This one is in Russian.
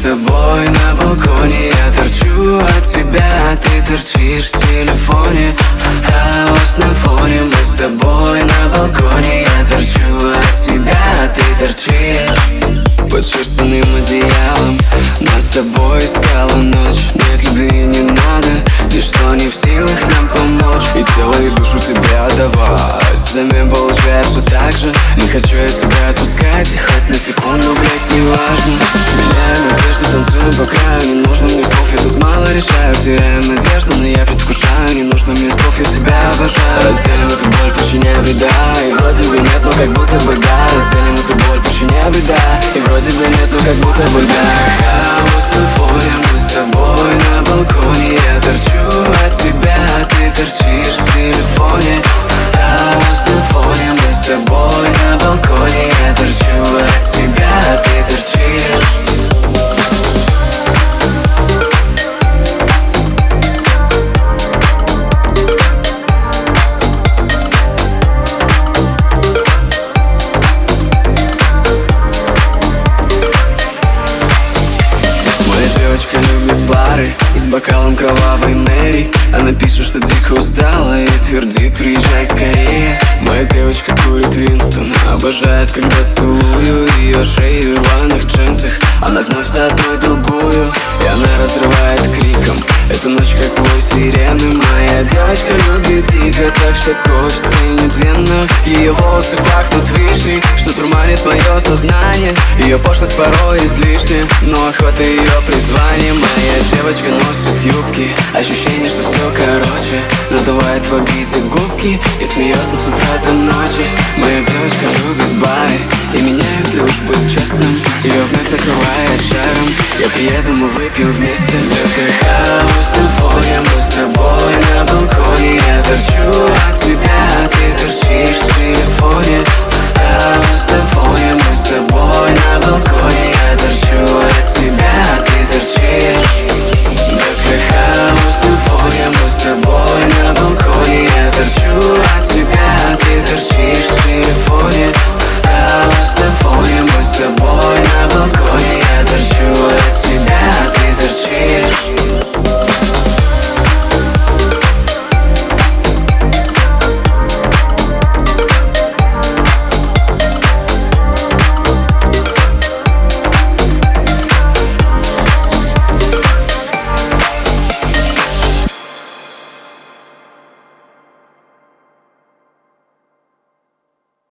тобой на балконе. Я торчу от тебя, ты торчишь в телефоне. Хаос на фоне, мы с тобой на балконе. Я торчу от тебя, ты торчишь под шерстяным одеялом. Нас с тобой искала ночь. Нет любви, не надо, ничто не в силах нам помочь. И тело, и душу тебе отдавать, взамен получается так же. Не хочу я тебя отпускать, и хоть на секунду, блять, не важно. Меняю надежду, танцую по краю. Не нужно мне слов, я тут мало решаю. Теряю надежду, но я предвкушаю. Не нужно мне слов, я тебя обожаю. Разделим эту боль, причиняя вреда. И вроде бы нет, но как будто бы да. Разделим эту боль, причиняя вреда. И вроде бы нет, но как будто бы да. Хаос на фоне, мы с тобой на балконе. Я торчу от тебя, ты торчишь в телефоне. Хаос на фоне, мы с тобой на балконе. Я торчу от тебя, ты торчишь. Девочка любит бары и с бокалом кровавой Мэри. Она пишет, что дико устала и твердит: приезжай скорее. Моя девочка курит Винстон, обожает, когда целую ее шею в рваных джинсах. Она вновь за одной другую, и она разрывает криком. Эта ночь как вой сирены. Моя девочка любит дико, так что кровь стынет в венах. Ее волосы пахнут вишней, что турманит мое сознание. Ее пошлость порой излишняя, но охота ее призвание. Моя девочка носит юбки, ощущение, что все короче. Надувает в обиде губки и смеется с утра до ночи. Моя девочка любит бары, и меня, если уж быть честным, ее вновь накрывает жаром. Я приеду, мы выпьем вместе. Детка,